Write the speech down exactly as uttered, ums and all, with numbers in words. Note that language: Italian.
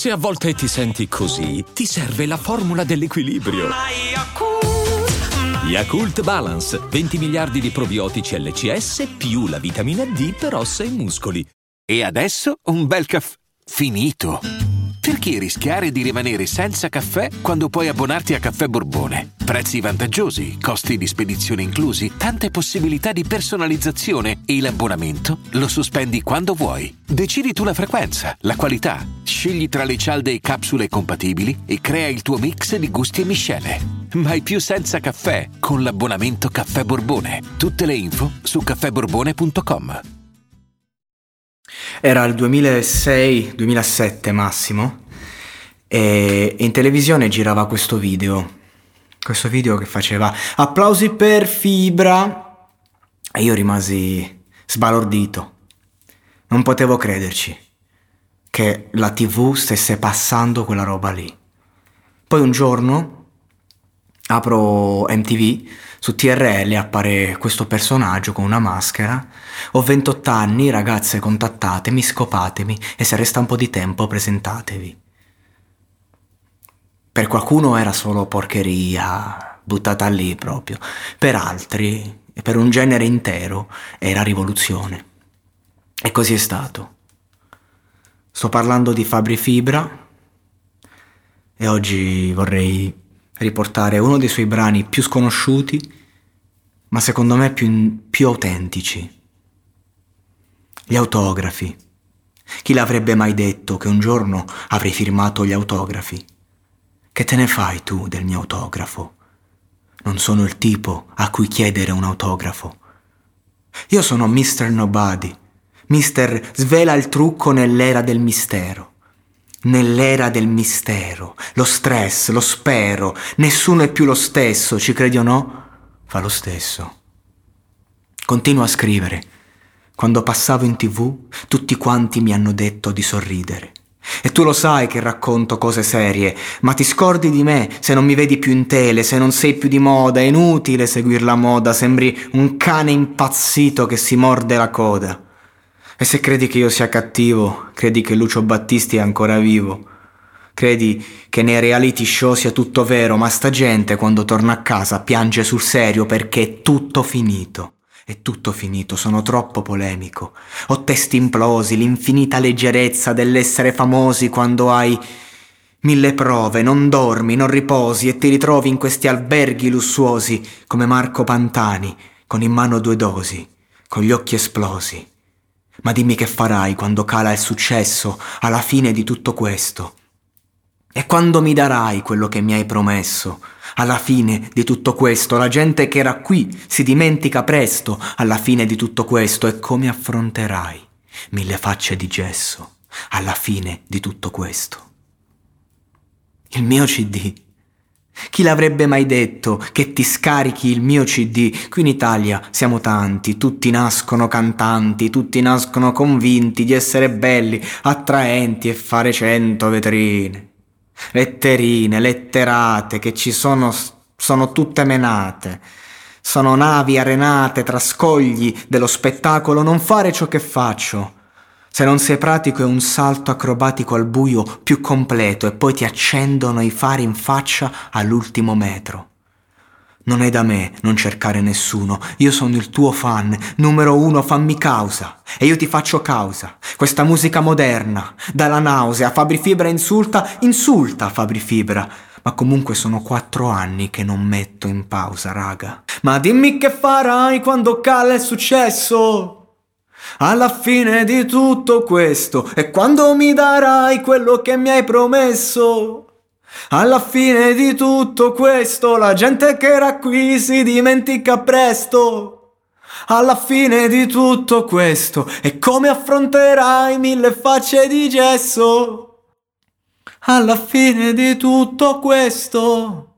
Se a volte ti senti così, ti serve la formula dell'equilibrio. Yakult Balance, venti miliardi di probiotici L C S più la vitamina D per ossa e muscoli. E adesso un bel caffè finito. Perché rischiare di rimanere senza caffè quando puoi abbonarti a Caffè Borbone? Prezzi vantaggiosi, costi di spedizione inclusi, tante possibilità di personalizzazione e l'abbonamento lo sospendi quando vuoi. Decidi tu la frequenza, la qualità, scegli tra le cialde e capsule compatibili e crea il tuo mix di gusti e miscele. Mai più senza caffè con l'abbonamento Caffè Borbone. Tutte le info su caffè borbone punto com. Era il duemilasei duemilasette massimo e in televisione girava questo video, questo video che faceva applausi per Fibra e io rimasi sbalordito, non potevo crederci che la tivù stesse passando quella roba lì. Poi un giorno apro M T V, su T R L appare questo personaggio con una maschera. Ho ventotto anni, ragazze contattatemi, scopatemi e se resta un po' di tempo presentatevi. Per qualcuno era solo porcheria, buttata lì proprio. Per altri, e per un genere intero, era rivoluzione. E così è stato. Sto parlando di Fabri Fibra e oggi vorrei riportare uno dei suoi brani più sconosciuti, ma secondo me più, più autentici. Gli autografi. Chi l'avrebbe mai detto che un giorno avrei firmato gli autografi? Che te ne fai tu del mio autografo? Non sono il tipo a cui chiedere un autografo. Io sono mister Nobody. mister Svela il trucco nell'era del mistero. Nell'era del mistero, lo stress, lo spero, nessuno è più lo stesso, ci credi o no? Fa lo stesso. Continuo a scrivere. Quando passavo in tivù, tutti quanti mi hanno detto di sorridere. E tu lo sai che racconto cose serie, ma ti scordi di me se non mi vedi più in tele, se non sei più di moda, è inutile seguir la moda, sembri un cane impazzito che si morde la coda. E se credi che io sia cattivo, credi che Lucio Battisti è ancora vivo. Credi che nei reality show sia tutto vero, ma sta gente quando torna a casa piange sul serio perché è tutto finito. È tutto finito, sono troppo polemico. Ho testi implosi, l'infinita leggerezza dell'essere famosi quando hai mille prove, non dormi, non riposi e ti ritrovi in questi alberghi lussuosi come Marco Pantani, con in mano due dosi, con gli occhi esplosi. Ma dimmi che farai quando cala il successo alla fine di tutto questo? E quando mi darai quello che mi hai promesso? Alla fine di tutto questo, la gente che era qui si dimentica presto. Alla fine di tutto questo, e come affronterai mille facce di gesso? Alla fine di tutto questo. Il mio C D. Chi l'avrebbe mai detto che ti scarichi il mio C D? Qui in Italia siamo tanti, tutti nascono cantanti, tutti nascono convinti di essere belli, attraenti e fare cento vetrine. Letterine, letterate che ci sono, sono tutte menate. Sono navi arenate tra scogli dello spettacolo, non fare ciò che faccio. Se non sei pratico è un salto acrobatico al buio più completo e poi ti accendono i fari in faccia all'ultimo metro. Non è da me non cercare nessuno, io sono il tuo fan, numero uno, fammi causa, e io ti faccio causa. Questa musica moderna, dalla nausea, Fabri Fibra insulta, insulta Fabri Fibra, ma comunque sono quattro anni che non metto in pausa, raga. Ma dimmi che farai quando cala il successo? Alla fine di tutto questo, e quando mi darai quello che mi hai promesso? Alla fine di tutto questo, la gente che era qui si dimentica presto. Alla fine di tutto questo, e come affronterai mille facce di gesso? Alla fine di tutto questo.